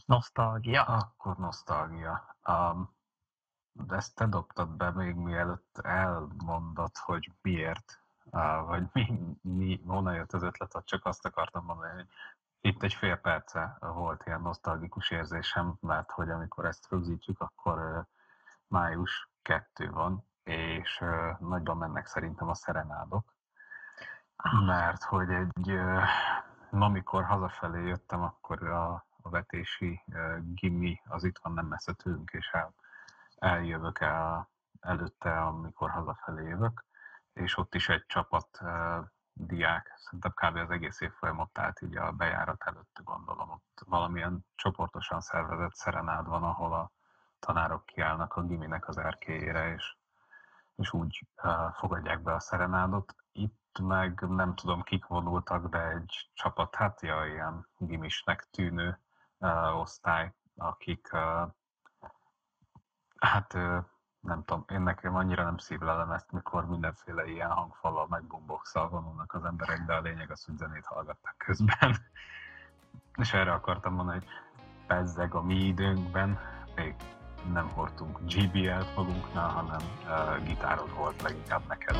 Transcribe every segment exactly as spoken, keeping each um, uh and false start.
Nosztalgia. Akkor nosztalgia. Um, de ezt te dobtad be még mielőtt elmondod, hogy miért, uh, vagy mi, mi, honnan jött az ötlet, csak azt akartam mondani, hogy itt egy fél perce volt ilyen nosztalgikus érzésem, mert hogy amikor ezt rögzítjük, akkor uh, május kettő van, és uh, nagyban mennek szerintem a szerenádok, mert hogy egy, uh, amikor hazafelé jöttem, akkor a, a vetési uh, gimi az itt van nem messze tőlünk, és el, eljövök el előtte, amikor hazafelé jövök, és ott is egy csapat uh, diák, szerintem kb. Az egész évfolyam ott állt így a bejárat előtt, gondolom, ott valamilyen csoportosan szervezett szerenád van, ahol a tanárok kiállnak a giminek az erkélyére, és, és úgy uh, fogadják be a szerenádot. Itt meg nem tudom, kik vonultak, de egy csapat, hát ja, ilyen gimisnek tűnő uh, osztály, akik uh, hát uh, nem tudom, én nekem annyira nem szívlelem ezt, mikor mindenféle ilyen hangfallal, meg boombox-szal vonulnak az emberek, de a lényeg az, hogy zenét hallgattak közben. És erre akartam mondani, hogy bezzeg a mi időnkben még nem hordtunk gé bé el-t magunknál, hanem uh, gitárod volt leginkább neked.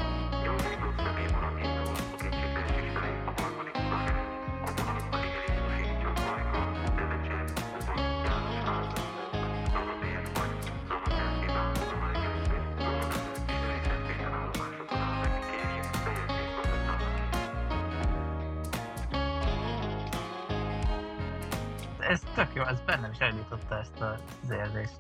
Ez tök jó, ez bennem is elindította ezt az érzést.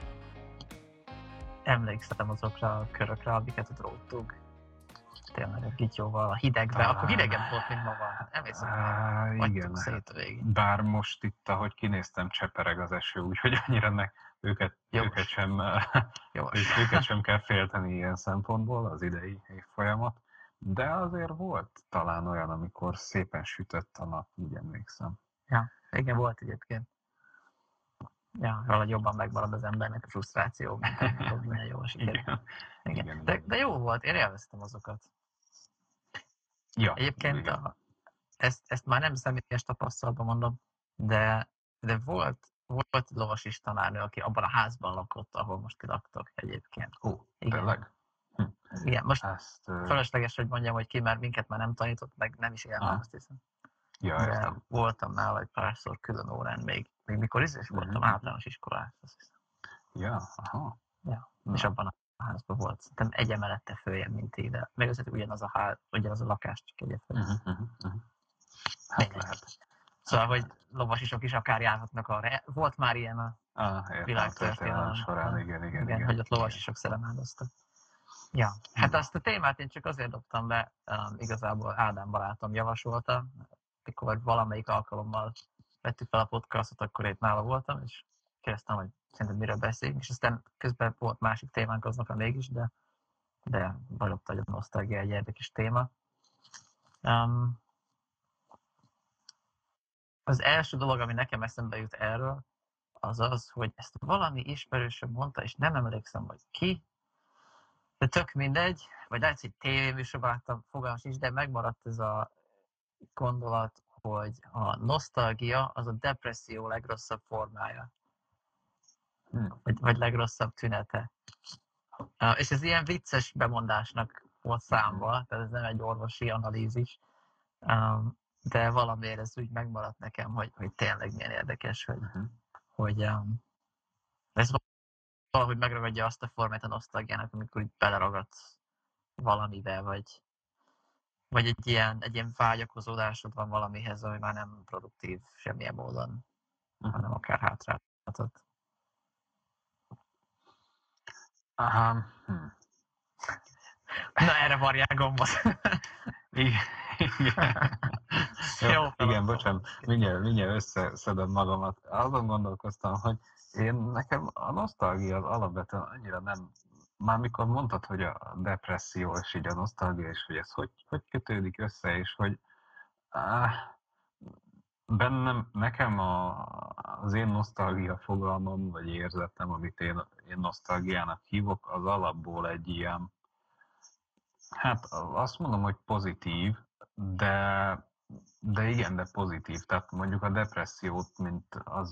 Emlékszem azokra a körökre, amiket ott róttunk. Tényleg a gityóval, a hidegben, Talán. akkor hidegebb volt, mint ma van. Emlékszem, uh, hogy igen, szét a végén. bár most itt, ahogy kinéztem, csepereg az eső, úgyhogy annyira ne, őket, őket, sem, ők, őket sem kell félteni ilyen szempontból, az idei évfolyamat. De azért volt talán olyan, amikor szépen sütött a nap, úgy emlékszem. Ja, igen, volt egyébként. Ja, valahogy jobban megmarad az embernek a frusztráció, mint amikor minden jól sikerül. Igen. Igen. Igen, de, igen. de jó volt, én élveztem azokat. Ja, Egyébként a, ezt, ezt már nem személyes tapasztalatban mondom, de, de volt, volt lovas tanárnő, aki abban a házban lakott, ahol most ti laktok egyébként. Ó, igen. tényleg? Hm. Igen, most Ezt, felesleges, hogy mondjam, hogy ki, mert minket már nem tanított, meg nem is élne, azt hiszem. Ja, de értem. voltam nála egy párszor külön órán, még, még mikor is is voltam Mm-hmm. általános iskolás, azt hiszem. Ja, aha. Ja. És abban a házban volt. Szerintem egy emelette följebb, mint ide. Meg azért ugyanaz a ház, ugyanaz a lakás, csak egyet följebb. Uh-huh, uh-huh. Hát lehet. Szóval, hogy lovasisok is akár járhatnak arra. Volt már ilyen a ah, világtörténelem során, igen, igen, igen, igen. Hogy ott lovasisok szeremádoztak. Ja, hát azt a témát én csak azért dobtam be, um, igazából Ádám barátom javasolta, mikor valamelyik alkalommal vettük fel a podcastot, akkor én nála voltam, és kérdeztem, hogy szerintem miről beszélünk, és aztán közben volt másik témánk aznapra mégis, de, de valóta, hogy a nosztalgia egy érdekes téma. Um, az első dolog, ami nekem eszembe jut erről, az az, hogy ezt valami ismerősöm mondta, és nem emlékszem, hogy ki, de tök mindegy, vagy lehet, hogy tévéműsorban láttam, fogalmas is, de megmaradt ez a gondolat, hogy a nosztalgia az a depresszió legrosszabb formája. Hmm. Vagy, vagy legrosszabb tünete. Uh, és ez ilyen vicces bemondásnak volt számba, tehát ez nem egy orvosi analízis, um, de valamiért ez úgy megmaradt nekem, hogy, hogy tényleg milyen érdekes, hogy, uh-huh. hogy um, ez valahogy megragadja azt a formát a nosztalgiának, amikor így beleragadsz valamivel, vagy, vagy egy ilyen, egy ilyen vágyakozódásod van valamihez, ami már nem produktív semmilyen módon, uh-huh. hanem akár hátráltat. Aha. Hm. Na, erre varják gombot. Igen. Igen, Jó, Jó, igen bocsánat, mindjárt, mindjárt összeszedem magamat. Azon gondolkoztam, hogy én nekem a nosztalgia az alapvetően annyira nem, már mikor mondtad, hogy a depresszió és így a nosztalgia, és hogy ez hogy, hogy kötődik össze, és hogy áh, bennem, nekem a, az én nosztalgia fogalmam, vagy érzetem, amit én, én nosztalgiának hívok, az alapból egy ilyen, hát azt mondom, hogy pozitív, de, de igen, de pozitív. Tehát mondjuk a depressziót, mint az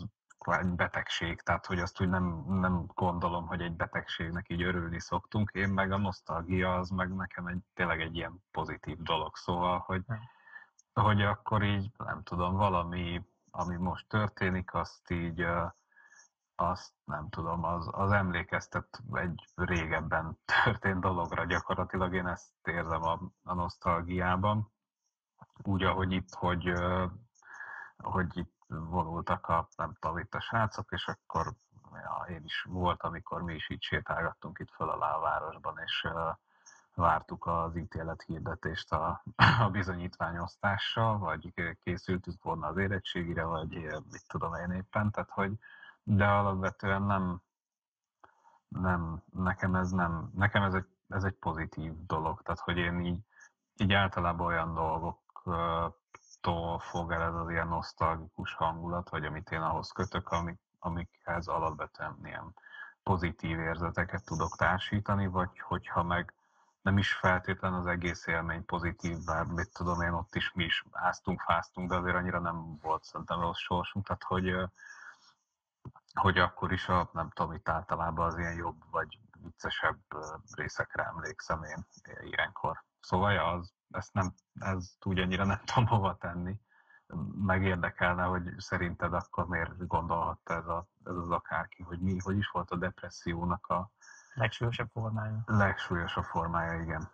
egy betegség, tehát hogy azt úgy nem, nem gondolom, hogy egy betegségnek így örülni szoktunk, én meg a nosztalgia az meg nekem egy, tényleg egy ilyen pozitív dolog, szóval, hogy, Nem. hogy akkor így, nem tudom, valami, ami most történik, azt így, azt nem tudom, az, az emlékeztet egy régebben történt dologra, gyakorlatilag én ezt érzem a, a nosztalgiában, úgy, ahogy itt, hogy hogy itt vonultak a, nem tudom, itt a srácok, és akkor ja, én is volt, amikor mi is így sétálgattunk itt föl alá a városban, és uh, vártuk az ítélethirdetést a, a bizonyítványosztással, vagy készültünk volna az érettségire, vagy mit tudom én éppen, tehát hogy, de alapvetően nem, nem, nekem ez nem, nekem ez egy, ez egy pozitív dolog, tehát hogy én így, így általában olyan dolgoktól fog el ez az ilyen nosztalgikus hangulat, vagy amit én ahhoz kötök, amik, amikhez alapvetően ilyen pozitív érzeteket tudok társítani, vagy hogyha meg nem is feltétlen az egész élmény pozitív, bár mit tudom én, ott is mi is áztunk, fáztunk, de azért annyira nem volt szerintem rossz sorsunk, tehát hogy, hogy akkor is a, nem tudom, itt általában az ilyen jobb vagy viccesebb részekre emlékszem én ilyenkor. Szóval ja, az, ezt nem, ez úgy annyira nem tudom hova tenni. Megérdekelne, hogy szerinted akkor miért gondolhatta ez, a, ez az akárki, hogy mi, hogy is volt a depressziónak a Legsúlyosabb formája. legsúlyosabb formája, igen.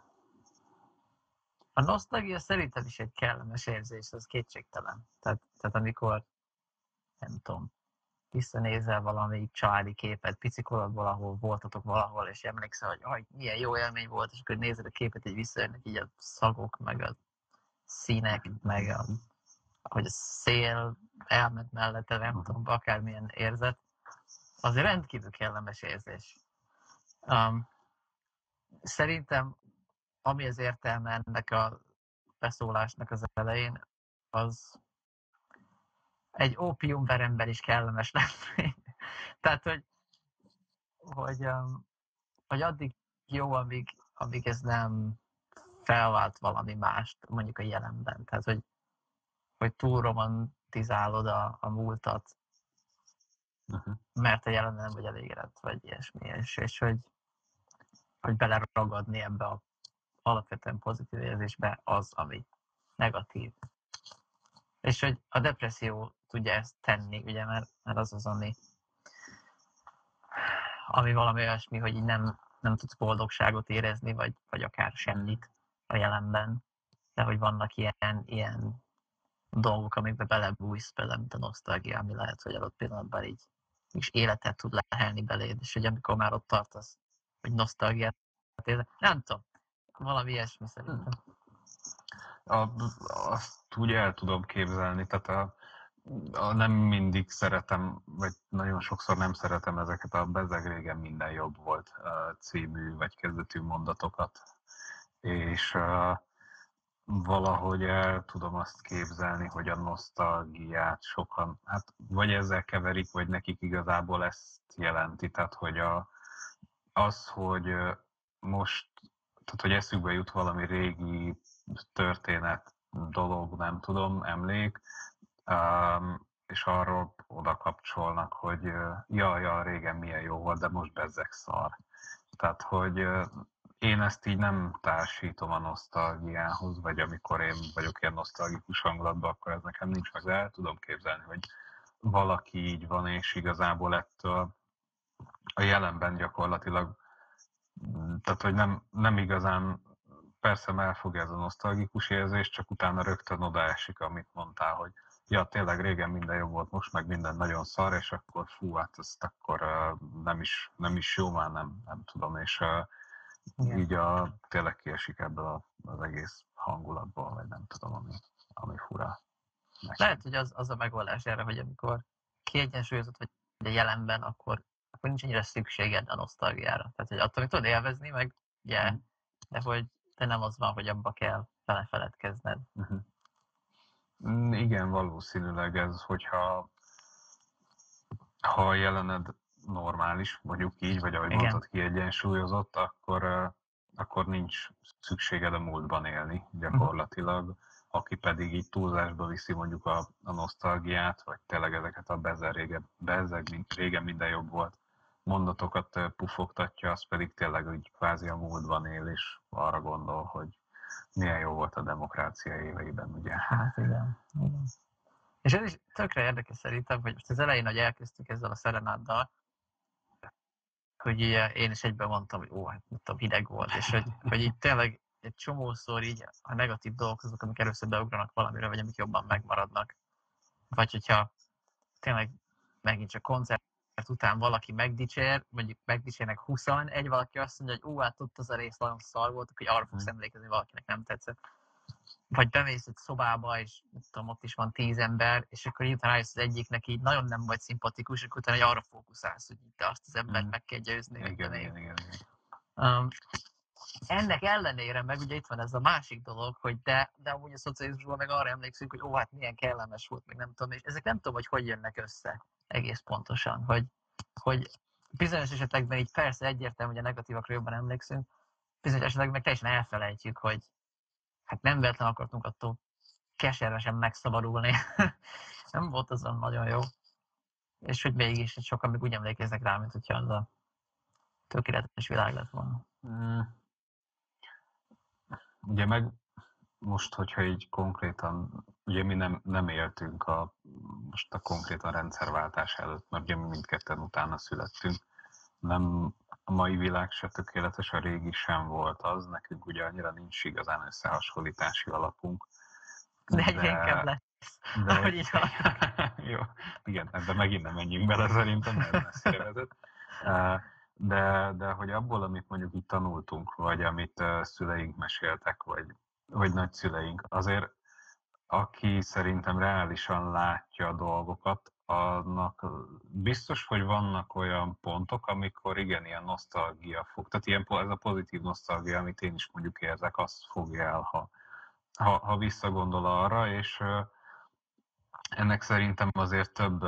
A nosztalgia szerintem is egy kellemes érzés, az kétségtelen. Tehát, tehát amikor, nem tudom, visszanézel valami családi képet, picikorodból, ahol voltatok valahol, és emlékszel, hogy aj, milyen jó élmény volt, és akkor nézed a képet, így visszajönnek így a szagok, meg a színek, meg a, hogy a szél elment mellette, nem tudom, akármilyen érzet, az egy rendkívül kellemes érzés. Um, szerintem, ami az értelme ennek a beszólásnak az elején, az egy ópiumveremben is kellemes lenni. Tehát, hogy, hogy, um, hogy addig jó, amíg, amíg ez nem felvált valami mást, mondjuk a jelenben. Tehát, hogy, hogy túl romantizálod a, a múltat, Uh-huh. mert a jelen nem vagy elégedett, vagy ilyesmi, és, és hogy, hogy beleragadni ebbe a alapvetően pozitív érzésbe az, ami negatív. És hogy a depresszió tudja ezt tenni, ugye, mert, mert az az, ami, ami valami olyasmi, hogy így nem, nem tudsz boldogságot érezni, vagy, vagy akár semmit a jelenben, de hogy vannak ilyen, ilyen dolgok, amikbe belebújsz, például, mint a nosztalgia, ami lehet, hogy adott pillanatban így is életet tud lehelni beléd, és hogy amikor már ott tartasz, hogy nosztalgiát érzed, nem tudom, valami ilyesmi szerintem. A, azt úgy el tudom képzelni, tehát a, a nem mindig szeretem, vagy nagyon sokszor nem szeretem ezeket a bezeg régen minden jobb volt című vagy kezdetű mondatokat, és uh, valahogy el tudom azt képzelni, hogy a nosztalgiát sokan, hát vagy ezzel keverik, vagy nekik igazából ezt jelenti, tehát hogy a, az, hogy most, tehát hogy eszükbe jut valami régi történet, dolog, nem tudom, emlék, um, és arról oda kapcsolnak, hogy uh, ja, ja, régen milyen jó volt, de most bezzeg szar. Tehát, hogy uh, én ezt így nem társítom a nosztalgiához, vagy amikor én vagyok ilyen nosztalgikus hangulatban, akkor ez nekem nincs meg, de el tudom képzelni, hogy valaki így van, és igazából ettől a jelenben gyakorlatilag, tehát hogy nem, nem igazán, persze elfogja ez a nosztalgikus érzés, csak utána rögtön odaesik, amit mondtál, hogy ja, tényleg régen minden jobb volt, most meg minden nagyon szar, és akkor fú, hát ezt akkor uh, nem, is, nem is jó, már nem, nem tudom, és uh, így a, tényleg kiesik ebből a, az egész hangulatból, vagy nem tudom, ami, ami fura. Nekem. Lehet, hogy az, az a megoldás erre, hogy amikor kiegyensúlyozott vagy a jelenben, akkor, akkor nincs annyira szükséged a nosztalgiára. Tehát, hogy attól még tudod élvezni, meg yeah, mm. de hogy de nem az van, hogy abba kell felefeledkezned. Uh-huh. Igen, valószínűleg ez, hogyha ha a jelened normális, mondjuk így, vagy ahogy Igen. mondtad, kiegyensúlyozott, akkor, akkor nincs szükséged a múltban élni gyakorlatilag. aki pedig így túlzásba viszi mondjuk a, a nosztalgiát, vagy tényleg ezeket a bezzeg régen, bezzeg régen minden jobb volt mondatokat pufogtatja, az pedig tényleg úgy kvázi a múltban él, és arra gondol, hogy milyen jó volt a demokrácia éveiben, ugye? Hát igen, igen. És ez is tökre érdekes szerintem, hogy most az elején, hogy elkezdtük ezzel a szerenáddal, hogy én is egyben mondtam, hogy ó, hát nem tudom, hideg volt, és hogy, hogy így tényleg egy csomószor így a negatív dolgok azok, amik először beugranak valamire, vagy amik jobban megmaradnak. Vagy hogyha tényleg megint csak koncert után valaki megdicsér, mondjuk megdicsérnek húszan, egy valaki azt mondja, hogy ú, hát ott az a rész nagyon szar volt, hogy arra fogsz emlékezni, valakinek nem tetszett. Vagy bemész egy szobába, és nem tudom, ott is van tíz ember, és akkor így utána rájössz az egyiknek így nagyon nem vagy szimpatikus, akkor utána arra fókuszálsz, hogy te azt az embert mm. meg kell győzni. Igen, igen, igen, igen. Um, ennek ellenére meg ugye itt van ez a másik dolog, hogy de, de amúgy a szocializmusban meg arra emlékszünk, hogy ó, hát milyen kellemes volt, meg nem tudom, és ezek nem tudom, hogy hogy jönnek össze egész pontosan, hogy, hogy bizonyos esetekben így persze egyértelmű, hogy a negatívakra jobban emlékszünk, bizonyos esetekben meg teljesen elfelejtjük, hogy hát nem véletlen akartunk attól keservesen megszabadulni. Nem volt azon nagyon jó. És hogy mégis sokan még úgy emlékeznek rá, mint hogyha az a tökéletes világ lett volna. Mm. Ugye meg most, hogyha így konkrétan, ugye mi nem, nem éltünk a, most a konkrétan rendszerváltás előtt, mert ugye mi mindketten utána születtünk. Nem, a mai világ se tökéletes, a régi sem volt az, nekünk ugye annyira nincs igazán összehasonlítási alapunk. De egyre inkább lesz, de, ahogy így jó, igen, ebben megint nem menjünk bele szerintem, mert ez messzire vezet. De, de hogy abból, amit mondjuk itt tanultunk, vagy amit szüleink meséltek, vagy, vagy nagyszüleink, azért aki szerintem reálisan látja a dolgokat, annak biztos, hogy vannak olyan pontok, amikor igen, ilyen nosztalgia fog. Tehát ilyen, ez a pozitív nosztalgia, amit én is mondjuk érzek, az fogja el, ha, ha, ha visszagondol arra, és ennek szerintem azért több,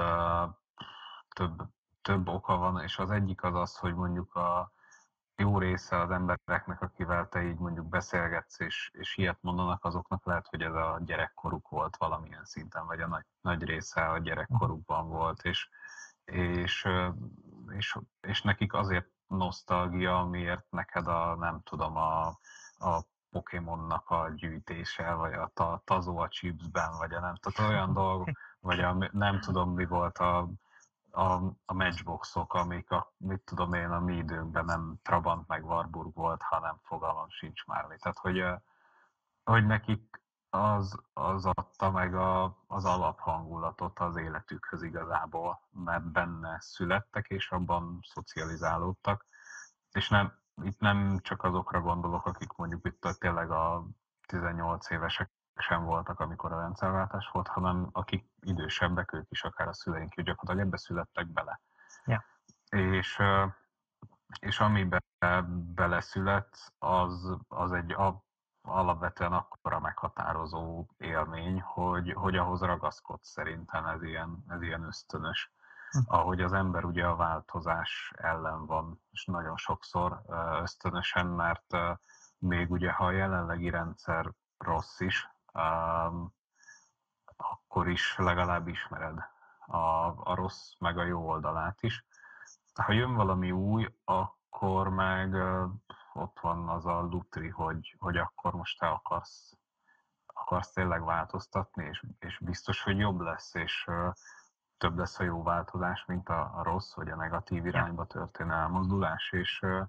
több, több oka van, és az egyik az az, hogy mondjuk a jó része az embereknek, akivel te így mondjuk beszélgetsz, és, és ilyet mondanak, azoknak lehet, hogy ez a gyerekkoruk volt valamilyen szinten, vagy a nagy, nagy része a gyerekkorukban volt, és, és, és, és nekik azért nosztalgia, amiért neked a, nem tudom, a, a Pokémonnak a gyűjtése, vagy a tazó a chipsben, vagy a nem tudom, olyan dolgok, vagy a, nem tudom mi volt a A, a matchboxok, amik a, mit tudom én, a mi időnkben nem Trabant meg Warburg volt, hanem fogalmam sincs már mi. Tehát, hogy, hogy nekik az, az adta meg a, az alaphangulatot az életükhöz igazából, mert benne születtek, és abban szocializálódtak. És nem, itt nem csak azokra gondolok, akik mondjuk itt tényleg a tizennyolc évesek sem voltak, amikor a rendszerváltás volt, hanem akik idősebbek, ők is, akár a szüleink, hogy gyakorlatilag ebbe születtek bele. Ja. És, és amiben beleszületsz, az, az egy alapvetően akkora meghatározó élmény, hogy, hogy ahhoz ragaszkodsz, szerintem ez ilyen, ez ilyen ösztönös. Ahogy az ember ugye a változás ellen van, és nagyon sokszor ösztönösen, mert még ugye ha a jelenlegi rendszer rossz is, Um, akkor is legalább ismered a, a rossz meg a jó oldalát is. Ha jön valami új, akkor meg uh, ott van az a lutri, hogy, hogy akkor most te akarsz, akarsz tényleg változtatni, és, és biztos, hogy jobb lesz, és uh, több lesz a jó változás, mint a, a rossz, vagy a negatív irányba történő elmozdulás, és uh,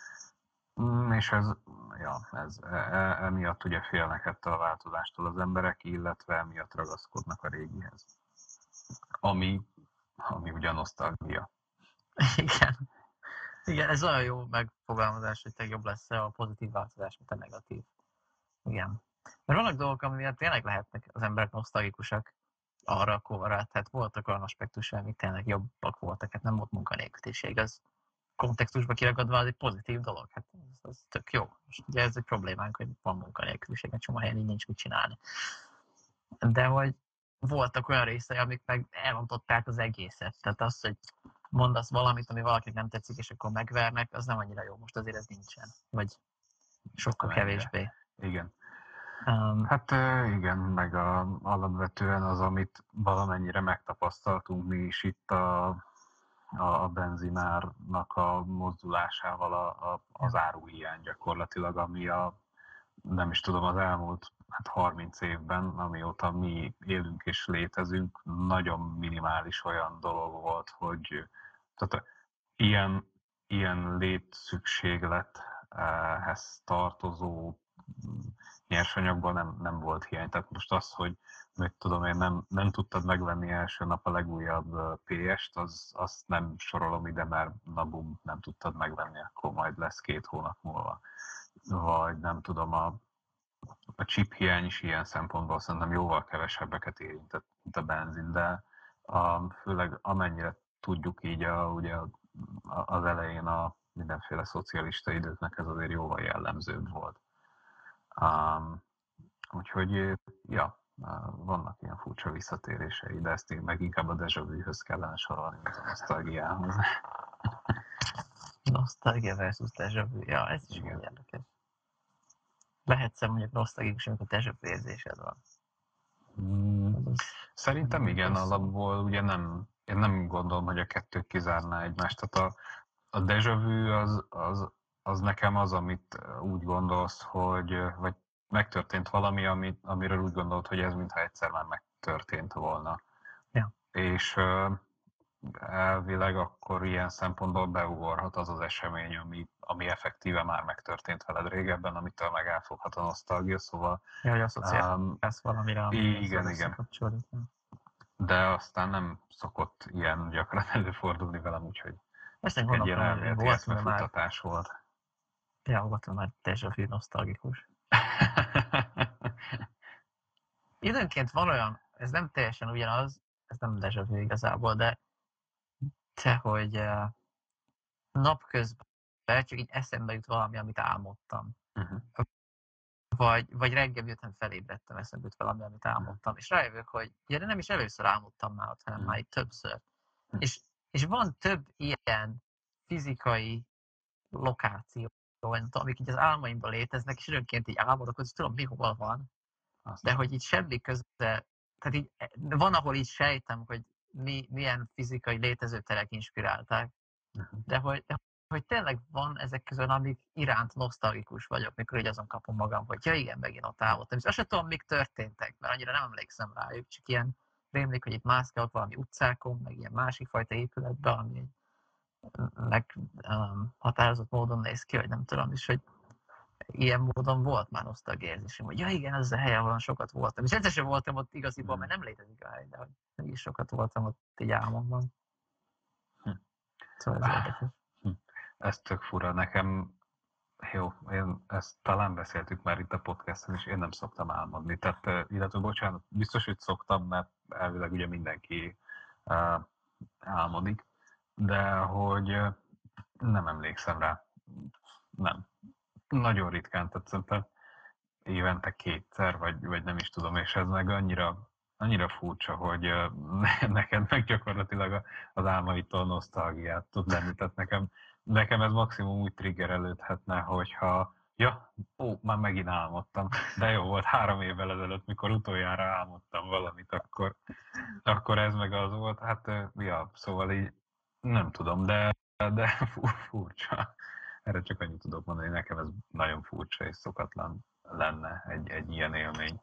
És ez, ja, ez e, emiatt ugye félnek ettől a változástól az emberek, illetve emiatt ragaszkodnak a régihez. Ami, ami ugye nosztalgia. Igen. Igen, ez olyan jó megfogalmazás, hogy tényleg jobb lesz a pozitív változás, mint a negatív. Igen. Mert vannak dolgok, ami miatt tényleg lehetnek az emberek nosztalgikusak arra a korra. Tehát voltak olyan aspektusai, amik tényleg jobbak voltak, hát nem volt munkanélküliség, az kontextusba kiragadva az egy pozitív dolog, hát ez, ez tök jó. Most ugye ez egy problémánk, hogy van munkanélküliség, egy csomó helyen így nincs mit csinálni. De hogy voltak olyan részei, amik meg elrontották az egészet. Tehát az, hogy mondasz valamit, ami valakinek nem tetszik, és akkor megvernek, az nem annyira jó. Most azért ez nincsen. Vagy sokkal kevésbé. Igen. Um, Hát ö, igen, meg a, alapvetően az, amit valamennyire megtapasztaltunk mi is itt a, a, a benzinárnak a mozdulásával a, a, az áruhiány gyakorlatilag, ami a, nem is tudom, az elmúlt hát harminc évben, amióta mi élünk és létezünk, nagyon minimális olyan dolog volt, hogy tehát ilyen, ilyen létszükséglethez tartozó nyersanyagban nem, nem volt hiány. Tehát most az, hogy mit tudom én, nem, nem tudtad megvenni első nap a legújabb pé est, az, azt nem sorolom ide, mert na bum, nem tudtad megvenni, akkor majd lesz két hónap múlva. Vagy nem tudom, a, a chip hiány is ilyen szempontból szerintem jóval kevesebbeket érintett, mint a benzin, de a, főleg amennyire tudjuk így a, ugye a, az elején a mindenféle szocialista időknek ez azért jóval jellemzőbb volt. Um, úgyhogy, ja, vannak ilyen furcsa visszatérései, de ezt én meg inkább a déjà vu-höz kellene sorolni, mint a nosztalgiához. Nostalgia versus déjà vu. Ja, ez is Igen. érdekes. Lehetsz mondjuk nosztalgikus, amikor déjà vu érzésed van. Mm, Az az szerintem nem igen, rossz szó. alapból ugye nem, én nem gondolom, hogy a kettő kizárná egymást. Tehát a, a déjà vu az, az, az nekem az, amit úgy gondolsz, hogy vagy megtörtént valami, amit, amiről úgy gondolod, hogy ez mintha egyszer már megtörtént volna. Ja. És uh, elvileg akkor ilyen szempontból beugorhat az az esemény, ami, ami effektíve már megtörtént veled régebben, amitől meg elfoghat a nosztalgia, szóval... Ja, hogy asszociálsz Um, valamire, ami igen, igen. összekapcsolódik. De aztán nem szokott ilyen gyakran előfordulni velem, úgyhogy Ezt én csak egy ilyen gondolom, hogy elméleti volt, mert már, eszmefuttatás volt. ja, volt, már déjà vu nosztalgikus. Időnként van olyan, ez nem teljesen ugyanaz, ez nem déjà vu igazából, de te, hogy uh, napközben csak így eszembe jut valami, amit álmodtam. Uh-huh. Vagy, vagy reggel miután felébredtem, eszembe jut valami, amit álmodtam. És rájövök, hogy ja, de nem is először álmodtam már ott, hanem uh-huh. már itt többször. Uh-huh. És, és van több ilyen fizikai lokáció, amik így az álmaimban léteznek, és időnként így álmodok, hogy tudom, mi hol van, de hogy így semmi köze, tehát így van, ahol így sejtem, hogy mi, milyen fizikai létezőterek inspirálták, Uh-huh. de hogy, hogy tényleg van ezek közül, amik iránt nosztalgikus vagyok, mikor így azon kapom magam, hogy ja igen, megint ott álmodtam. És azt sem tudom, mik történtek, mert annyira nem emlékszem rájuk, csak ilyen rémlik, hogy itt mászkálok valami utcákon, meg ilyen másik fajta épületben, ami egy meg um, határozott módon néz ki, vagy nem tudom is, hogy ilyen módon volt már nosztalgia érzésem, hogy ja igen, ez a hely, ahol sokat voltam. És egyszer sem voltam ott igaziból, mert nem létezik a hely, de hogy mégis sokat voltam ott így álmomban. Hm. Szóval ez érdekes. Hm. Ez tök fura. Nekem, jó, én ezt talán beszéltük már itt a podcasten is, én nem szoktam álmodni. Tehát, illetve bocsánat, biztos, hogy szoktam, mert elvileg ugye mindenki uh, álmodik, de hogy uh, nem emlékszem rá. Nem. Nagyon ritkán, tehát szerintem évente kétszer, vagy, vagy nem is tudom, és ez meg annyira, annyira furcsa, hogy uh, neked meg gyakorlatilag az álmaitól nosztalgiát tud lenni. Tehát nekem, nekem ez maximum úgy triggerelődhetne, hogyha ja, ó, már megint álmodtam, de jó volt három évvel ezelőtt, mikor utoljára álmodtam valamit, akkor, akkor ez meg az volt. Hát, ja, szóval így nem tudom, de, de furcsa. Erre csak annyit tudok mondani, nekem ez nagyon furcsa és szokatlan lenne egy, egy ilyen élmény.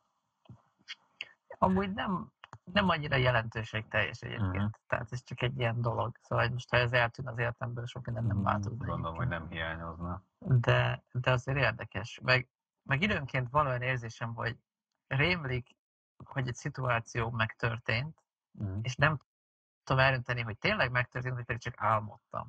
Amúgy nem, nem annyira jelentőségteljes egyébként. Uh-huh. Tehát ez csak egy ilyen dolog. Szóval most ha ez eltűn az életemből, sok minden nem változna. Gondolom, hogy nem hiányozna. De, de azért érdekes. Meg, meg időnként van olyan érzésem, hogy rémlik, hogy egy szituáció megtörtént, uh-huh. és nem tudom eldönteni, hogy tényleg megtörtént, vagy pedig csak álmodtam.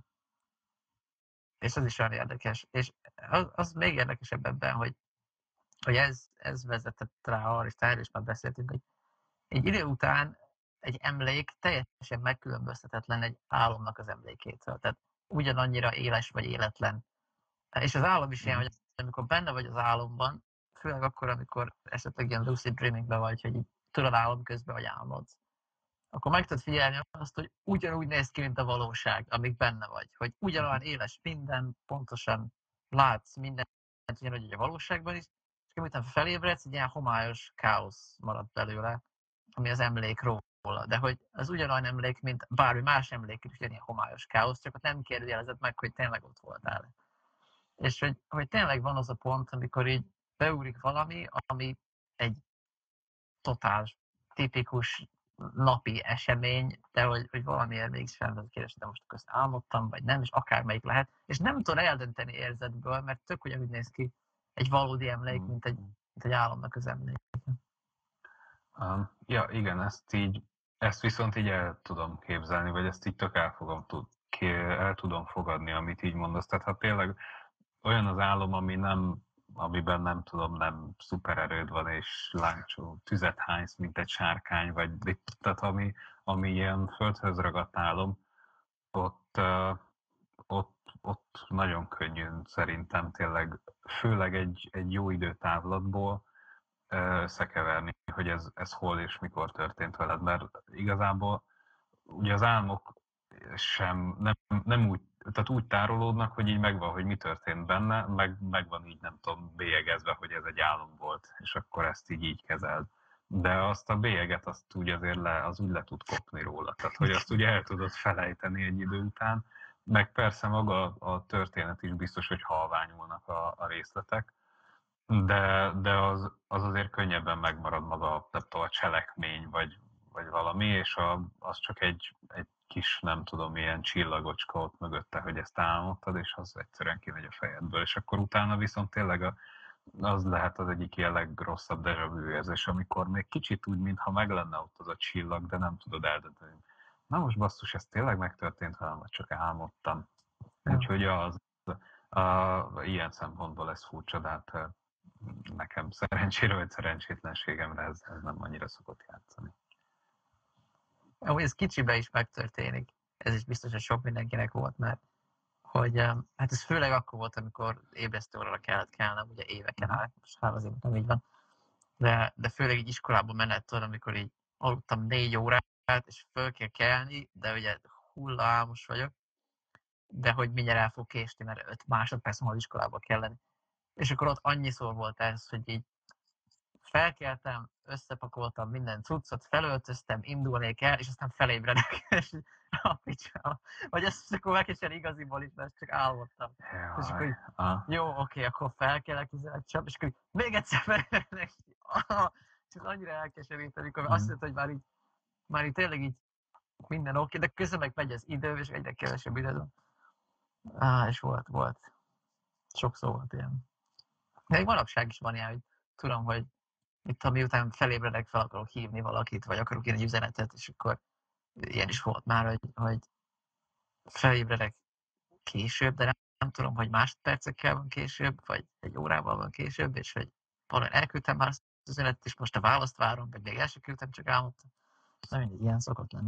És az is olyan érdekes. És az, az még érdekesebb ebben, hogy, hogy ez, ez vezetett rá arra, és erről is már beszéltünk, hogy egy idő után egy emlék teljesen megkülönböztetetlen egy álomnak az emlékétől. Tehát ugyanannyira éles vagy életlen. És az álom is ilyen, hogy amikor benne vagy az álomban, főleg akkor, amikor esetleg ilyen lucid dreamingben vagy, hogy így tudod álom közben, vagy álmodsz, akkor meg tudod figyelni azt, hogy ugyanúgy néz ki, mint a valóság, amíg benne vagy. Hogy ugyanolyan éles minden, pontosan látsz mindent ugyanúgy a valóságban is, és miután felébredsz, egy ilyen homályos káosz maradt belőle, ami az emlék róla. De hogy az ugyanolyan emlék, mint bármi más emlék is ilyen homályos káosz, csak ott nem kérdőjelezett meg, hogy tényleg ott voltál. És hogy, hogy tényleg van az a pont, amikor így beugrik valami, ami egy totál tipikus napi esemény, de hogy, hogy valamiért mégis felmerül kérdés, de most közt álmodtam, vagy nem, és akármelyik lehet, és nem tudod eldönteni érzetből, mert tök ugyanúgy néz ki egy valódi emlék, mint egy, mint egy álomnak az emlék. Um, ja, igen, ezt így, ezt viszont így el tudom képzelni, vagy ezt így tök el fogom tud, ki, el tudom fogadni, amit így mondasz. Tehát ha tényleg olyan az álom, ami nem, amiben nem tudom, nem szupererőd van, és láncsó tüzet hánysz, mint egy sárkány, vagy tehát ami, ami ilyen földhöz ragadt álom, ott, uh, ott, ott nagyon könnyű szerintem tényleg, főleg egy, egy jó időtávlatból összekeverni, hogy ez, ez hol és mikor történt veled, mert igazából ugye az álmok sem, nem, nem úgy, tehát úgy tárolódnak, hogy így megvan, hogy mi történt benne, meg, megvan így nem tudom bélyegezve, hogy ez egy álom volt, és akkor ezt így így kezeld. De azt a bélyeget azt úgy azért le, az úgy le tud kopni róla, tehát hogy azt ugye el tudod felejteni egy idő után, meg persze maga a történet is biztos, hogy halványulnak a, a részletek, de, de az, az azért könnyebben megmarad maga a cselekmény, vagy, vagy valami, és a, az csak egy, egy kis, nem tudom, ilyen csillagocska ott mögötte, hogy ezt álmodtad, és az egyszerűen kimegy a fejedből, és akkor utána viszont tényleg a, az lehet az egyik ilyen legrosszabb déjà vu érzés, amikor még kicsit úgy, mintha meg lenne ott az a csillag, de nem tudod eldönteni. Na most basszus, ez tényleg megtörtént velem, vagy csak álmodtam. Ja. Úgyhogy az, a, ilyen szempontból ez furcsa, de hát nekem szerencsére vagy szerencsétlenségemre ez, ez nem annyira szokott játszani. Amúgy ez kicsibe is megtörténik. Ez is biztos, hogy sok mindenkinek volt, mert hogy hát ez főleg akkor volt, amikor ébresztő órára kellett kelnem, ugye éveken át, most hát azért nem így van, de, de főleg így iskolában menet tudod, amikor így aludtam négy órát, és föl kell kelni, de ugye hulla álmos vagyok, de hogy mindjárt el fog késni, mert öt másodperc múlva az iskolába kell lenni. És akkor ott annyiszor volt ez, hogy így felkeltem, összepakoltam minden cuccot, felöltöztem, indulnék el, és aztán felébredek. És a picsába. Vagy ezt akkor megkesen igaziból is, de csak álmodtam. Jaj, és akkor így, jó, oké, akkor felkelek, és akkor így, még egyszer felébredek. És ez annyira elkeserít, amikor mm. azt mondta, hogy már így, már így tényleg így minden oké, de közben meg megy az idő, és egyre kevesebb idő van. Á, és volt, volt. Sokszor volt ilyen. De még manapság is van ilyen, hogy tudom, hogy itt, ha miután felébredek, fel akarok hívni valakit, vagy akarok írni egy üzenetet, és akkor ilyen is volt már, hogy, hogy felébredek később, de nem, nem tudom, hogy másodpercekkel van később, vagy egy órával van később, és hogy valahogy elküldtem már az üzenetet, és most a választ várom, vagy még el sem küldtem, csak álmodtam. Nem mindig ilyen szokott lenni.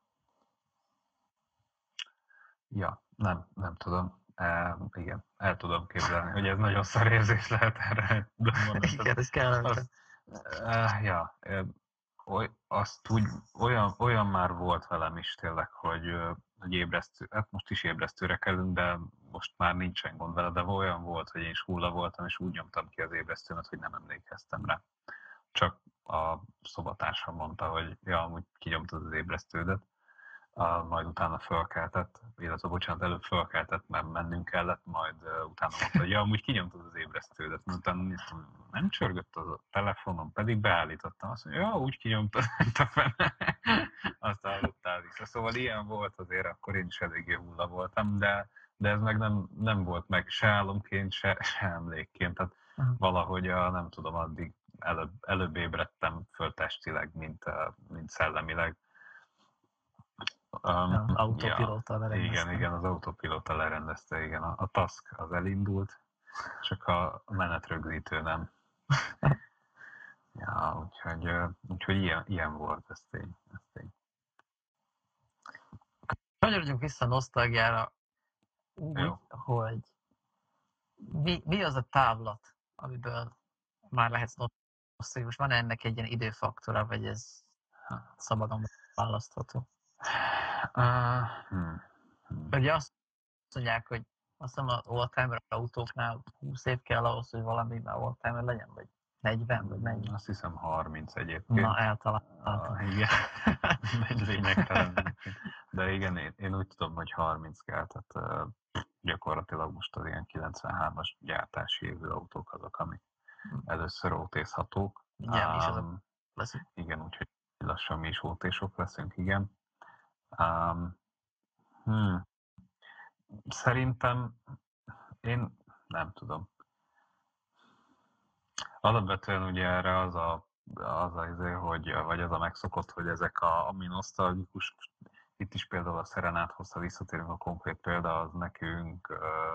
Ja, nem, nem tudom. E, igen, el tudom képzelni, hogy ez nagyon szar érzés lehet erre. Igen, ez kell. Uh, ja, oly, azt úgy, olyan, olyan már volt velem is tényleg, hogy, hogy ébresztő, hát most is ébresztőre kerülünk, de most már nincsen gond vele, de olyan volt, hogy én is hulla voltam, és úgy nyomtam ki az ébresztőmet, hogy nem emlékeztem rá. Csak a szobatársam mondta, hogy ja, amúgy kinyomtad az ébresztődet, Uh, majd utána fölkeltett, illetve bocsánat, előbb fölkeltett, mert mennünk kellett, majd uh, utána mondta, hogy ja, amúgy kinyomtad az ébresztődet, mert utána néztem, nem csörgött az a telefonom, pedig beállítottam, azt mondja, ja, úgy kinyomtad, mint a fene. Aztán aludtál vissza. Szóval ilyen volt azért, akkor én is eléggé hulla voltam, de, de ez meg nem, nem volt meg se álomként, se, se emlékként, tehát uh-huh. valahogy a, nem tudom, addig előbb, előbb ébredtem föl testileg, mint, uh, mint szellemileg. Um, ja, autopilóta ja, lerendezte. Igen, igen, az autopilóta lerendezte, igen. A, a task az elindult, csak a menetrögzítő nem. Ja, úgyhogy, úgyhogy ilyen, ilyen volt, ez tény. Ez tény. Kanyarodjunk vissza a nosztalgiára úgy, Jó. hogy mi, mi az a távlat, amiből már lehetsz nosztalgikus? Van ennek egy ilyen időfaktora, vagy ez szabadon választható? Uh, hmm. Ugye azt mondják, hogy Azt hiszem az oldtimer autóknál húsz év kell ahhoz, hogy valami már oldtimer legyen, vagy negyven, vagy mennyi? Azt hiszem harminc egyébként. Na, eltaláltam. Uh, igen, egy lényegtelen. De igen, én, én úgy tudom, hogy harminc kell, tehát uh, gyakorlatilag most az ilyen kilencvenhármas gyártási évű autók azok, amik először ótézhatók. Igen, és azok Um, leszünk. igen, úgyhogy lassan mi is ótésok leszünk, igen. Um, hmm. Szerintem én nem tudom. Alapvetően ugye erre az a, az a izé, hogy, vagy az a megszokott, hogy ezek a, ami nosztalgikus, itt is például a Serenáthoz, ha visszatérünk a konkrét példa, az nekünk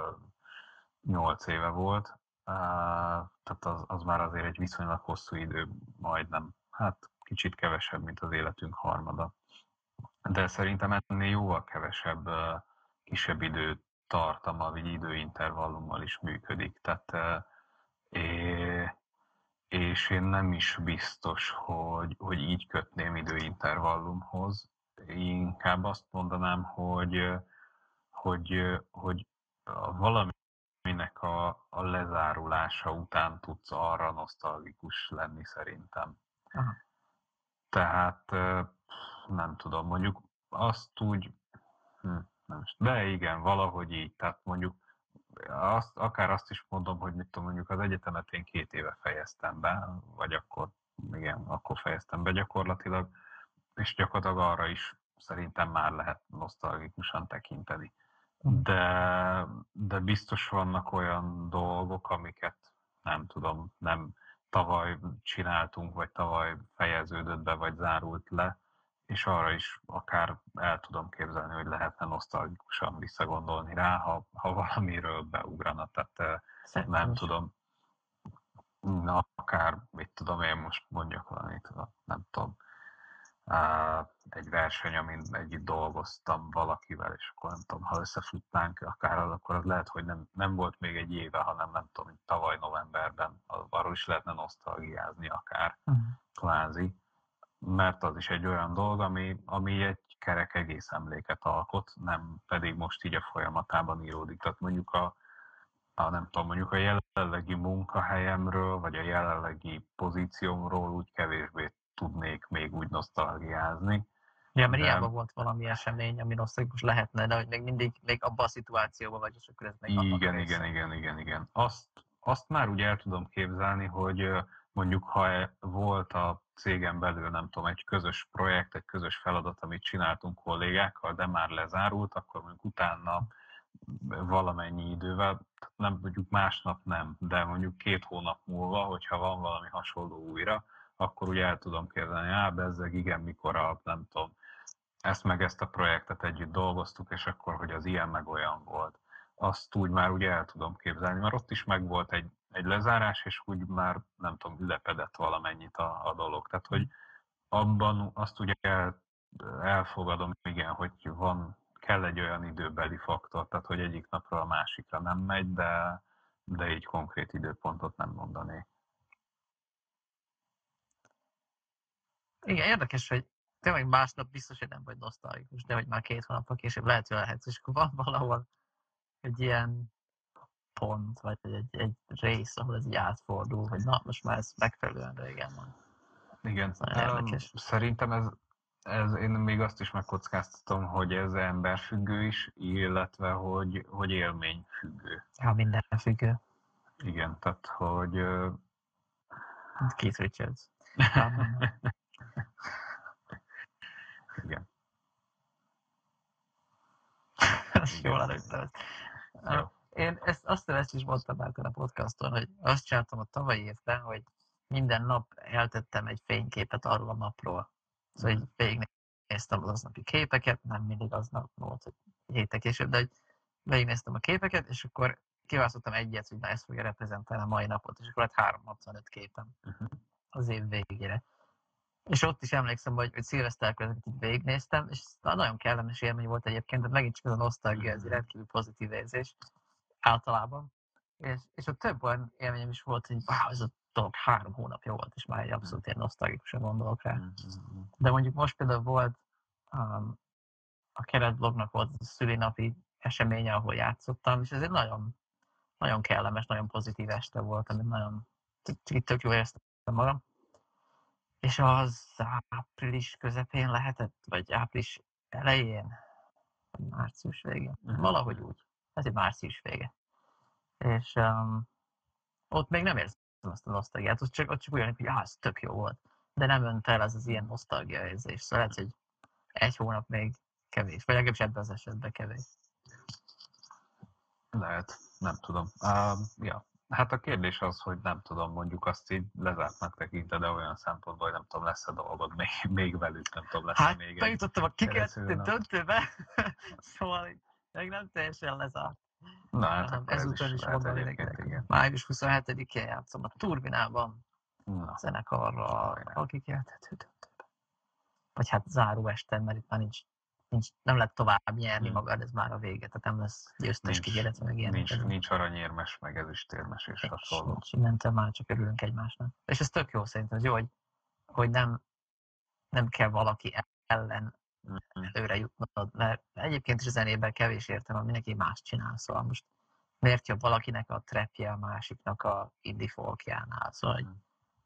nyolc éve volt, uh, tehát az, az már azért egy viszonylag hosszú idő, majdnem, hát kicsit kevesebb, mint az életünk harmada. De szerintem ennél jóval kevesebb, uh, kisebb idő tartama, vagy időintervallummal is működik. Tehát uh, é, és én nem is biztos, hogy, hogy így kötném időintervallumhoz. Inkább azt mondanám, hogy, hogy, hogy valaminek a, a lezárulása után tudsz arra nosztalgikus lenni szerintem. Aha. Tehát nem tudom, mondjuk azt úgy, hm, nem is, de igen, valahogy így, tehát mondjuk azt, akár azt is mondom, hogy mit tudom, mondjuk az egyetemet én két éve fejeztem be, vagy akkor, igen, akkor fejeztem be gyakorlatilag, és gyakorlatilag arra is szerintem már lehet nosztalgikusan tekinteni. De, de biztos vannak olyan dolgok, amiket nem tudom, nem tavaly csináltunk, vagy tavaly fejeződött be, vagy zárult le, és arra is akár el tudom képzelni, hogy lehetne nosztalgikusan visszagondolni rá, ha, ha valamiről beugrana. Tehát Szerintem nem is. tudom, na, akár, mit tudom én most mondjak valamit, nem tudom, egy verseny, amin együtt dolgoztam valakivel, és akkor nem tudom, ha összefutnánk akár az, akkor az lehet, hogy nem, nem volt még egy éve, hanem nem tudom, mint tavaly novemberben, arról is lehetne nosztalgiázni akár, uh-huh. kvázi, mert az is egy olyan dolog, ami, ami egy kerek egész emléket alkot, nem pedig most így a folyamatában íródik. Tehát mondjuk a, a nem tudom, mondjuk a jelenlegi munkahelyemről, vagy a jelenlegi pozíciómról úgy kevésbé tudnék még úgy nosztalgiázni. Ja, mert de... hiába volt valami esemény, ami nosztalgikus lehetne, de hogy még mindig még abban a szituációban vagy, és akkor ez még annak igen, igen, igen, igen, igen. Azt, azt már úgy el tudom képzelni, hogy mondjuk ha volt a cégen belül, nem tudom, egy közös projekt, egy közös feladat, amit csináltunk kollégákkal, de már lezárult, akkor mondjuk utána valamennyi idővel, nem mondjuk másnap nem, de mondjuk két hónap múlva, hogyha van valami hasonló újra, akkor ugye el tudom képzelni, á, bezzeg, igen, mikor a, nem tudom, ezt meg ezt a projektet együtt dolgoztuk, és akkor, hogy az ilyen meg olyan volt. Azt úgy már ugye el tudom képzelni, mert ott is meg volt egy, egy lezárás, és úgy már, nem tudom, ülepedett valamennyit a, a dolog. Tehát, hogy abban azt ugye el, elfogadom, igen, hogy van, kell egy olyan időbeli faktor, tehát, hogy egyik napról a másikra nem megy, de, de így konkrét időpontot nem mondanék. Igen, érdekes, hogy tényleg másnap biztos, hogy nem vagy nosztalgikus, de hogy már két hónappal később lehet, hogy lehetsz, és akkor van valahol egy ilyen pont, vagy egy, egy rész, ahol ez így átfordul, hogy na, most már ez megfelelően régen van. Igen, um, szerintem ez, ez, én még azt is megkockáztatom, hogy ez emberfüggő is, illetve hogy, hogy élményfüggő. Ja, minden függő. Igen, tehát hogy... Uh... Keith Richards. Igen. Ezt jól előttem. Én ezt, azt ezt is mondtam már a podcaston, hogy azt csináltam a tavalyi évben, hogy minden nap eltettem egy fényképet arról a napról. Szóval így végignéztem az aznapi képeket, nem mindig aznap volt, hogy héttel később, de hogy végignéztem a képeket, és akkor kiválasztottam egyet, hogy na, ezt fogja reprezentálni a mai napot, és akkor lett háromszázhatvanöt képem az év végére. És ott is emlékszem, hogy, hogy szilveszterkor ezeket így végignéztem, és nagyon kellemes élmény volt egyébként, de megint csak ez a nosztalgia, ez egy rendkívül pozitív érzés általában. És, és ott több olyan élményem is volt, hogy wow, ez a dolog három hónapja volt, és már egy abszolút ilyen nosztalgikusan gondolok rá. De mondjuk most például volt um, a keretblognak volt a szülinapi eseménye, ahol játszottam, és ez egy nagyon, nagyon kellemes, nagyon pozitív este volt, amit nagyon tök jól éreztem magam. És az április közepén lehetett, vagy április elején, vagy március végén, Mhm. valahogy úgy. Ez egy március vége. És um, ott még nem érzem azt a nosztalgiát, ott csak, ott csak olyan, hogy ah, ez tök jó volt. De nem önt el ez az ilyen nosztalgia érzés. Szóval lehet, hogy egy hónap még kevés, vagy legalábbis ebben az esetben kevés. Lehet, nem tudom. Uh, ja. Hát a kérdés az, hogy nem tudom, mondjuk azt így lezártnak tekinted, de olyan szempontból, hogy nem tudom, lesz-e dolgod még, még velük, nem tudom, lesz-e Hát, még egy bejutottam a kikeresztő keresztülnap. döntőbe, szóval még nem teljesen lezárt. Na hát hanem akkor ez ezúton is is lehet mondani egyébként, nektek. igen. május huszonhetedikén játszom a Turbinában, Na, zenekarral, hajrá. akik éltető döntőben. Vagy hát záró esten, mert itt már nincs, nincs nem lehet tovább nyerni Mm. magad, ez már a vége, tehát nem lesz győztes nincs, kihirdetve, meg ilyenek. nincs, ezek. nincs aranyérmes, meg ezüstérmes és Nincs, hasonló. nincs, innentől már csak örülünk egymásnak. És ez tök jó szerintem, ez jó, hogy, hogy nem, nem kell valaki ellen Mm. előre jutnod, mert egyébként is a zenében kevés értelme, mindenki más csinál, szóval most miért jobb valakinek a trapje, a másiknak a indie folkjánál, szóval Mm.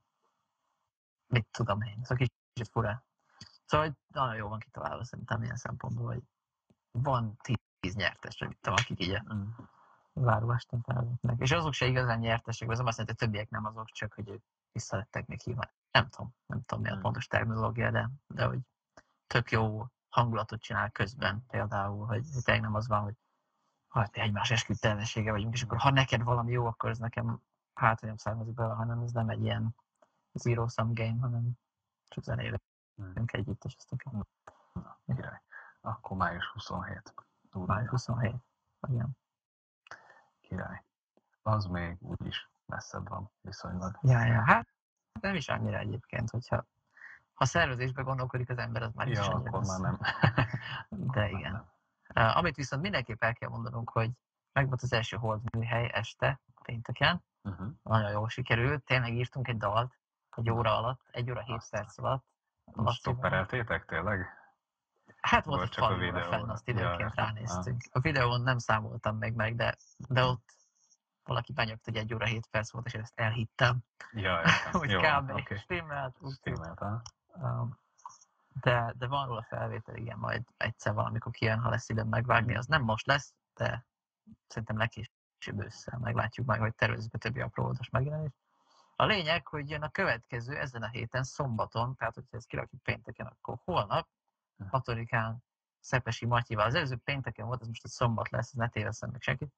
mit tudom én, szóval kicsit fura. Szóval hogy nagyon jó van kitalálva szerintem ilyen szempontból, hogy van tíz nyertes, vagy mit tudom, akik így a Mm. záróesten felvetnek. És azok se igazán nyertesek, az nem azt jelenti, hogy többiek nem azok, csak hogy ők vissza lettek még hívva. Nem tudom, nem tudom mi a Mm. pontos terminológia, de, de hogy tök jó hangulatot csinál közben például, hogy, hogy tényleg nem az van, hogy hát mi egymás esküdtelnessége vagyunk, és akkor ha neked valami jó, akkor ez nekem hátrányom származik bele, hanem ez nem egy ilyen zero-sum game, hanem csak zenélünk Mm. együtt, és ezt nekem Na, király. Akkor május huszonhét. május huszonhét. Igen. Király. Az még úgyis messzebb van viszonylag. Ja, ja, hát nem is annyira egyébként, hogyha ha szervezésbe gondolkodik az ember, az már is Ja, annyira akkor már messze. nem. De Akkor igen. már Uh, amit viszont mindenképp el kell mondanunk, hogy megvolt az első Hold műhely este, pénteken. nem. Uh-huh. Nagyon jól sikerült. Tényleg írtunk egy dalt egy óra Na, alatt, egy óra hét azt. perc alatt. Lacival. Stoppereltétek tényleg? Hát volt Vagy egy csak a falóra videóra? fenn, azt Ja, időnként értem. ránéztünk. A videón nem számoltam még meg, de, de ott valaki benyögt, hogy egy óra hét perc volt, és én ezt elhittem. Ja, értem. Úgy Jó, kb. oké. Stimmelt. úgy Stimmelt, ha? Um, de, de van róla felvétel, igen, majd egyszer valamikor kijön, ha lesz időm megvágni. Az nem most lesz, de szerintem legkésőbb ősszel meglátjuk majd, hogy tervezzük a többi apródos megjelenést. A lényeg, hogy jön a következő ezen a héten, szombaton, tehát hogyha ezt kirakjuk pénteken, akkor holnap, hatodikán Szepesi Matyival. Az előző pénteken volt, ez most egy szombat lesz, ez ne tévesszem meg senkit.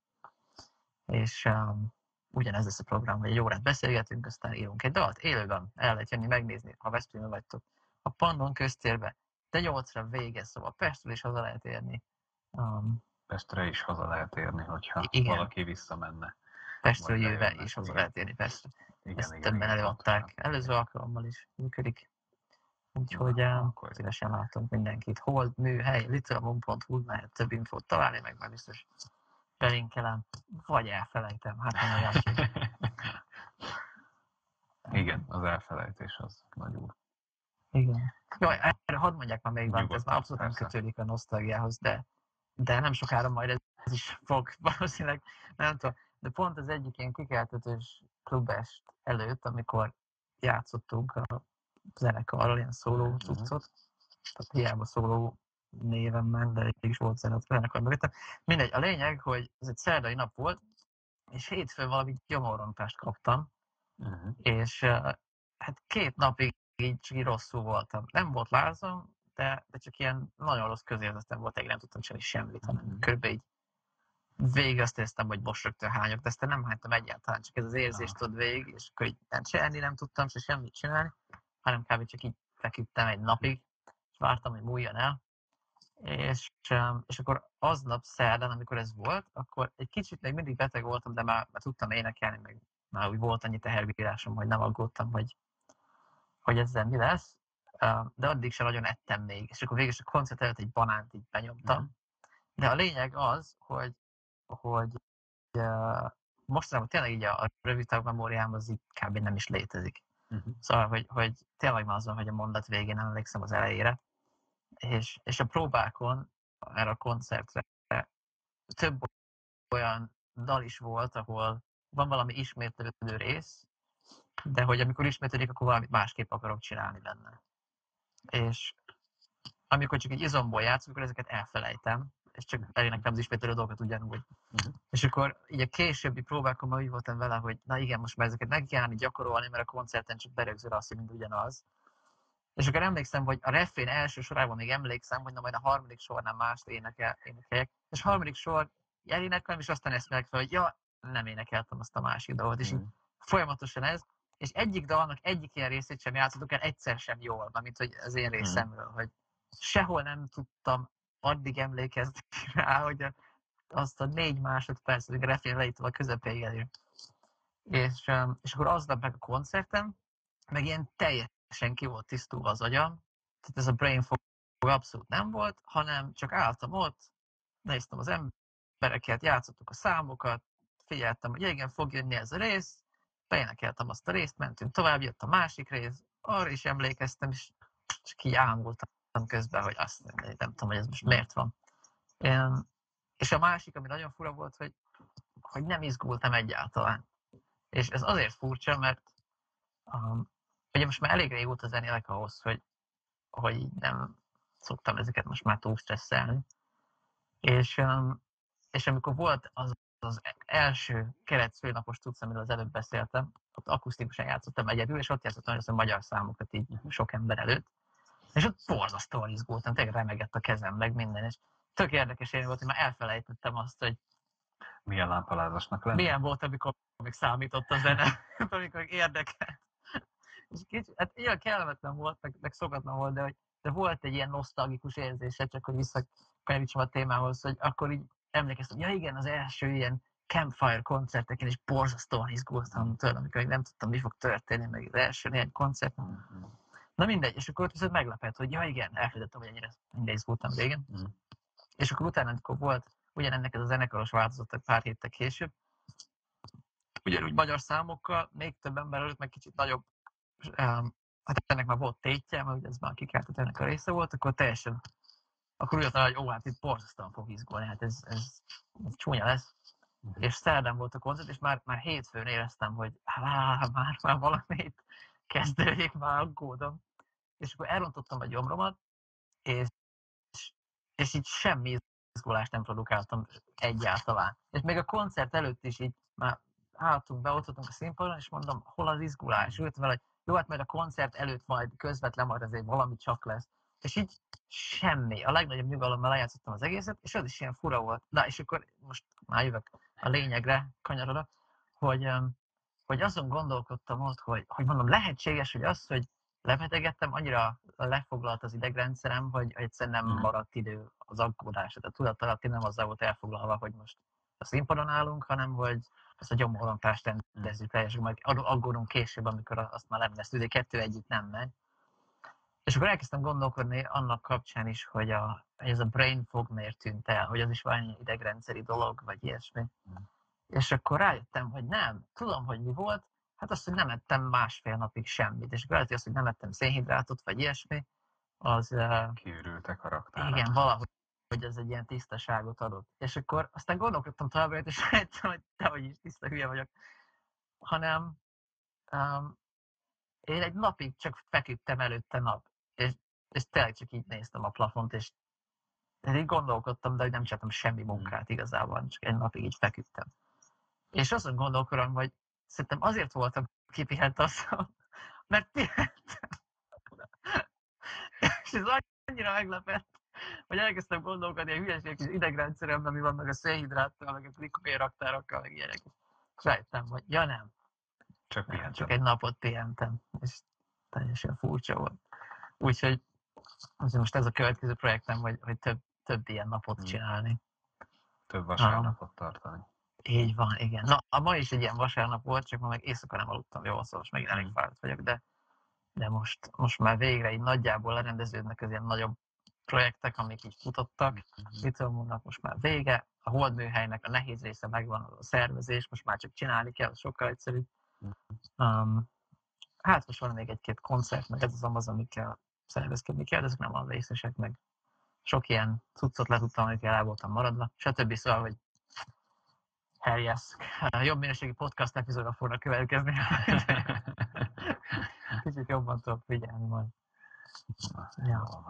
És um, ugyanez lesz a program, hogy egy órát beszélgetünk, aztán írunk egy dalt, élőben el lehet jönni megnézni, ha Veszprémben vagytok. A Pannon köztérbe, de nyolcra vége, szóval Pestről is haza lehet érni. Um, Pestre is haza lehet érni, hogyha igen. valaki visszamenne. Pestről Vagy jöve lejönne. is haza Igen. lehet érni Pestre. Igen, Ezt igen, többen igen, előadták, pontosan. előző alkalommal is működik. Úgyhogy Na, um, akkor jó. szívesen látunk mindenkit. Hold, műhely, literamoon pont hu, lehet több infót találni, meg már biztos belinkelem, vagy elfelejtem, hát nem meglátjuk. Igen, az elfelejtés az nagy úr. Igen. Jaj, erre hadd mondják már még valamit, ez Nyugodtan, már abszolút nem persze. kötődik a nosztalgiához, de, de nem sokára majd ez, ez is fog valószínűleg, nem tudom, de pont az egyik ilyen kikeltetős klubest előtt, amikor játszottunk a zenekarral, ilyen szóló cuccot, tehát hiába szóló néven ment, de is volt zenekar mögöttem. Mindegy, a lényeg, hogy ez egy szerdai nap volt, és hétfőn valami gyomorrontást kaptam, Uh-huh. és uh, hát két napig így, csak így rosszul voltam. Nem volt lázom, de, de csak ilyen nagyon rossz közérzetem volt, egyre nem tudtam csinálni semmit, hanem Mhm. körülbelül így végig azt éreztem, hogy most rögtön hányok, de aztán nem hánytam egyáltalán, csak ez az érzést tudod végig, és akkor így nem csinálni nem tudtam, se semmit csinálni, hanem kb. Csak így feküdtem egy napig, és vártam, hogy múljon el. És, um, és akkor aznap szerdán, amikor ez volt, akkor egy kicsit még mindig beteg voltam, de már, már tudtam énekelni, meg már úgy volt annyi teherbírásom, hogy nem aggódtam, hogy, hogy ezzel mi lesz. Um, de addig sem nagyon ettem még, és akkor végül is a koncert előtt egy banánt így benyomtam. Mhm. De a lényeg az, hogy, hogy uh, mostanában tényleg így a, a rövid tagmemóriám az így kb. Nem is létezik. Uh-huh. Szóval, hogy, hogy tényleg már azon, hogy a mondat végén nem emlékszem az elejére. És, és a próbákon erre a koncertre több olyan dal is volt, ahol van valami ismétlődő rész, de hogy amikor ismétlődik, akkor valamit másképp akarok csinálni benne. És amikor csak egy izomból játszok, akkor ezeket elfelejtem, és csak eléneklem az ismétlődő dolgokat ugyanúgy. Uh-huh. És akkor így a későbbi próbákon úgy voltam vele, hogy na igen, most már ezeket meg kellene gyakorolni, mert a koncerten csak berögzül azt, hogy mind ugyanaz. És akkor emlékszem, hogy a refrén első sorában még emlékszem, hogy na majd a harmadik sornál mást énekel, énekeljek. És a harmadik sor eléneklem, és aztán ezt meg fel, hogy ja, nem énekeltem azt a másik dolgot. És így folyamatosan ez. És egyik dalnak egyik ilyen részét sem játszottuk el egyszer sem jól, mint hogy az én részemről, hogy sehol nem tudtam addig emlékezni rá, hogy a, azt a négy másodperc, hogy a refrén elejétől a közepéig elő. És, és akkor aznap meg a koncertem, meg ilyen teljesen ki volt tisztulva az agyam, tehát ez a brain fog abszolút nem volt, hanem csak álltam ott, néztem az embereket, játszottuk a számokat, figyeltem, hogy igen, fog jönni ez a rész, beénekeltem azt a részt, mentünk tovább, jött a másik rész, arra is emlékeztem, és csak így ámultam közben, hogy azt nem, nem tudom, hogy ez most miért van. Én, és a másik, ami nagyon fura volt, hogy, hogy nem izgultam egyáltalán. És ez azért furcsa, mert um, ugye most már elég régóta zenélek ahhoz, hogy, hogy nem szoktam ezeket most már túl stresszelni. És, um, és amikor volt az, az első keret főnapos tudsz, amiről az előbb beszéltem, ott akusztikusan játszottam egyedül, és ott játszottam az a magyar számokat így sok ember előtt. És ott borzasztóan izgultam, tényleg remegett a kezem, meg minden, és tök érdekes élmény volt, hogy már elfelejtettem azt, hogy milyen lámpalázasnak lenni. Milyen volt, amikor még számított a zene, amikor érdekelt. És kicsit, hát ilyen kellemetlen volt, meg, meg szokatlan volt, de, hogy, de volt egy ilyen nosztalgikus érzése, csak hogy visszakanyarítsam a témához, hogy akkor így emlékeztem, ja igen, az első ilyen Campfire koncerteken is borzasztóan izgultam tőle, amikor még nem tudtam, mi fog történni, meg az első néhány koncert. Na mindegy, és akkor ott viszont meglepett, hogy ja igen, elfelejtettem, hogy ennyire, ennyire izgultam régen. Mm. És akkor utána, amikor volt ugyanennek ez a zenekaros változott pár héttel később, ugyanúgy magyar számokkal, még több ember előtt, meg kicsit nagyobb, um, hát ennek már volt tétje, mert ugye ez már kikáltott ennek a része volt, akkor teljesen, akkor úgy jöttem, hogy ó, hát itt borzasztóan fog izgulni, hát ez, ez, ez csúnya lesz. Mm. És szerdán volt a koncert, és már, már hétfőn éreztem, hogy hát már, már valamit kezdődik, már aggódom. És akkor elrontottam a gyomromat, és, és így semmi izgulást nem produkáltam egyáltalán. És még a koncert előtt is így már álltunk be, ott voltunk a színpadon, és mondom, hol az izgulás? Ültem vele, hogy jó, hát majd a koncert előtt majd közvetlen majd azért valami csak lesz. És így semmi. A legnagyobb nyugalommal lejátszottam az egészet, és az is ilyen fura volt. Na, és akkor most már jövök a lényegre, kanyarodok, hogy, hogy azon gondolkodtam ott, hogy, hogy mondom, lehetséges, hogy az, hogy lebetegedtem, annyira lefoglalt az idegrendszerem, hogy egyszerűen nem maradt idő az aggódásra. Tehát tudatalatti nem azzal volt elfoglalva, hogy most a színpadon állunk, hanem hogy ezt a gyomorrontást rendezzük le, és majd aggódunk később, amikor azt már nem lesz. Ugye kettő együtt nem megy. És akkor elkezdtem gondolkodni annak kapcsán is, hogy, a, hogy ez a brain fog miért tűnt el, hogy az is valami idegrendszeri dolog, vagy ilyesmi. Mm. És akkor rájöttem, hogy nem, tudom, hogy mi volt, hát azt, hogy nem ettem másfél napig semmit, és akkor lehet, hogy azt, hogy nem ettem szénhidrátot, vagy ilyesmi, az... Kiürültek a raktárak. Igen, valahogy, hogy ez egy ilyen tisztaságot adott. És akkor aztán gondolkodtam tovább, és rájöttem, hogy dehogy is tiszta hülye vagyok, hanem um, én egy napig csak feküdtem előtte nap, és, és tényleg csak így néztem a plafont, és így gondolkodtam, de nem csináltam semmi munkát igazából, csak egy napig így feküdtem. És azon gondolkodom, hogy szerintem azért voltam kipihent azzal, mert pihentem. És ez annyira meglepett, hogy elkezdtem gondolkodni a hülyeség kis idegrendszeremben, ami van meg a szénhidráttal, meg a glikogénraktárakkal, meg ilyenek. És rájöttem, hogy ja nem. Csak pihentem. Csak egy napot pihentem, és teljesen furcsa volt. Úgyhogy most ez a következő projektem, hogy, hogy több, több ilyen napot hmm. csinálni. Több vasárnapot um, tartani. Így van, igen. Na, a ma is egy ilyen vasárnap volt, csak ma meg éjszaka nem aludtam jól, szóval most megint elég fáradt vagyok, de, de most, most már végre így nagyjából lerendeződnek az ilyen nagyobb projektek, amik így futottak. Little most már vége, a holdműhelynek a nehéz része megvan, a szervezés, most már csak csinálni kell, sokkal egyszerűbb. Um, hát most van még egy-két koncert, meg ez az az, amikkel szervezkedni kell, de ezek nem a részesek, meg sok ilyen cuccot letudtam, amikor el voltam maradva, stb. Szóval, hogy hell yes. Jobb minőségi podcast epizódra fognak következni. Kicsit jobban tudok figyelni majd. Ja.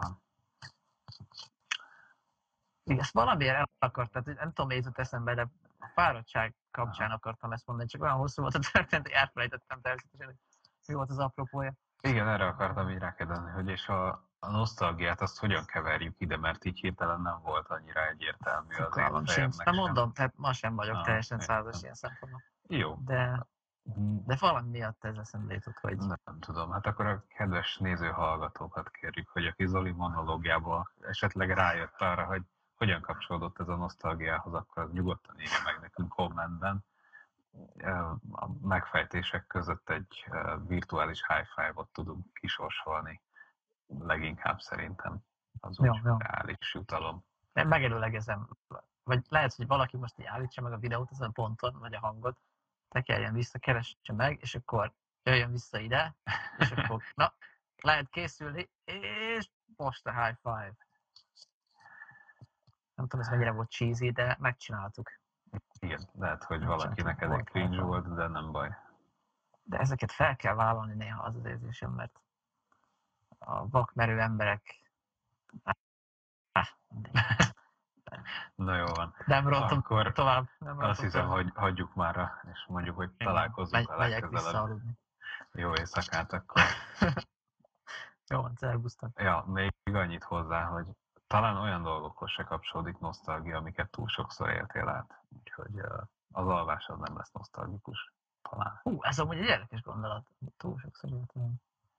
Igen, ezt valamiért el akartam, nem tudom, miért jutott eszembe, de a fáradtság kapcsán akartam ezt mondani, csak olyan hosszú volt a történet, hogy elfelejtettem természetesen, hogy mi volt az apropója. Igen, erre akartam így rákérdezni, hogy és a, a nosztalgiát azt hogyan keverjük ide, mert így hirtelen nem volt annyira egyértelmű az én fejemnek sem. mondom, tehát ma sem vagyok ah, teljesen százas ilyen szempontból. Jó. De, de valami miatt ez eszembe jutott, hogy... Nem tudom, hát akkor a kedves nézőhallgatókat kérjük, hogy aki Zoli monológiából esetleg rájött arra, hogy hogyan kapcsolódott ez a nosztalgiához, akkor az nyugodtan írja meg nekünk kommentben. A megfejtések között egy virtuális high five-ot tudunk kisorsolni, leginkább szerintem az úgy jó, reális jutalom. Megelőlegezem, vagy lehet, hogy valaki most így állítsa meg a videót ezen a ponton, vagy a hangot, tekerjen vissza, keresse meg, és akkor jöjjön vissza ide, és akkor na, lehet készülni, és most a high five. Nem tudom, ez mennyire volt cheesy, de megcsináltuk. Igen, lehet, hogy valakinek ez egy cringe volt, de nem baj. De ezeket fel kell vállalni néha, az az érzésem, mert a vakmerő emberek... Na jó van. Nem rontom akkor tovább. Nem azt hiszem, tovább. Hogy hagyjuk már, és mondjuk, hogy találkozzunk a legközelebb. Jó éjszakát akkor. Jó van, szervusztok. Ja, még annyit hozzá, hogy talán olyan dolgokhoz se kapcsolódik nosztalgia, amiket túl sokszor éltél át. Úgyhogy az alvás az nem lesz nosztalgikus. Talán. Hú, ez amúgy egy érdekes gondolat. Túl sokszor éltél.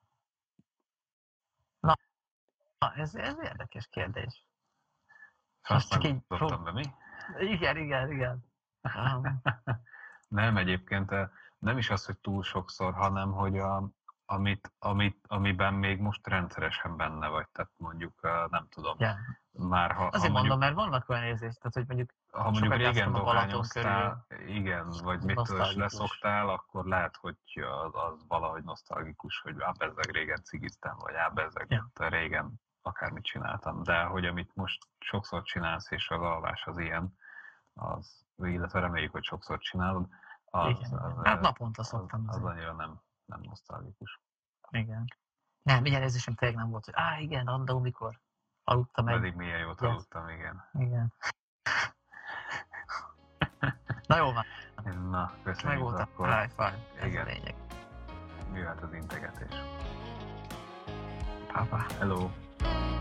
Na, na ez, ez érdekes kérdés. Azt csak így dobtam be, mi? Igen, igen, igen. Um. Nem, egyébként nem is az, hogy túl sokszor, hanem hogy a, amit, amit, amiben még most rendszeresen benne vagy, tehát mondjuk nem tudom. Yeah. Már ha, Azért ha mondom, mondjuk, mert vannak olyan érzések, tehát hogy mondjuk ha mondjuk régen dohányoztál, igen, vagy mitől is leszoktál, akkor lehet, hogy az, az valahogy nosztalgikus, hogy á, bezzeg régen cigiztem, vagy á, bezzeg yeah. régen akármit csináltam, de hogy amit most sokszor csinálsz, és az alvás az ilyen, az, illetve reméljük, hogy sokszor csinálod, az, igen, az, hát naponta szoktam. Az, az annyira nem, nem nosztalgikus. Igen. Nem, ilyen érzésem tényleg nem volt, hogy á, igen, annól mikor aludtam meg. Pedig milyen jót aludtam, igen. Igen. Na jó van. Na, köszönjük. Meg volt akkor. A high five, ez igen. A lényeg. Jöhet az integetés. Papa. Hello.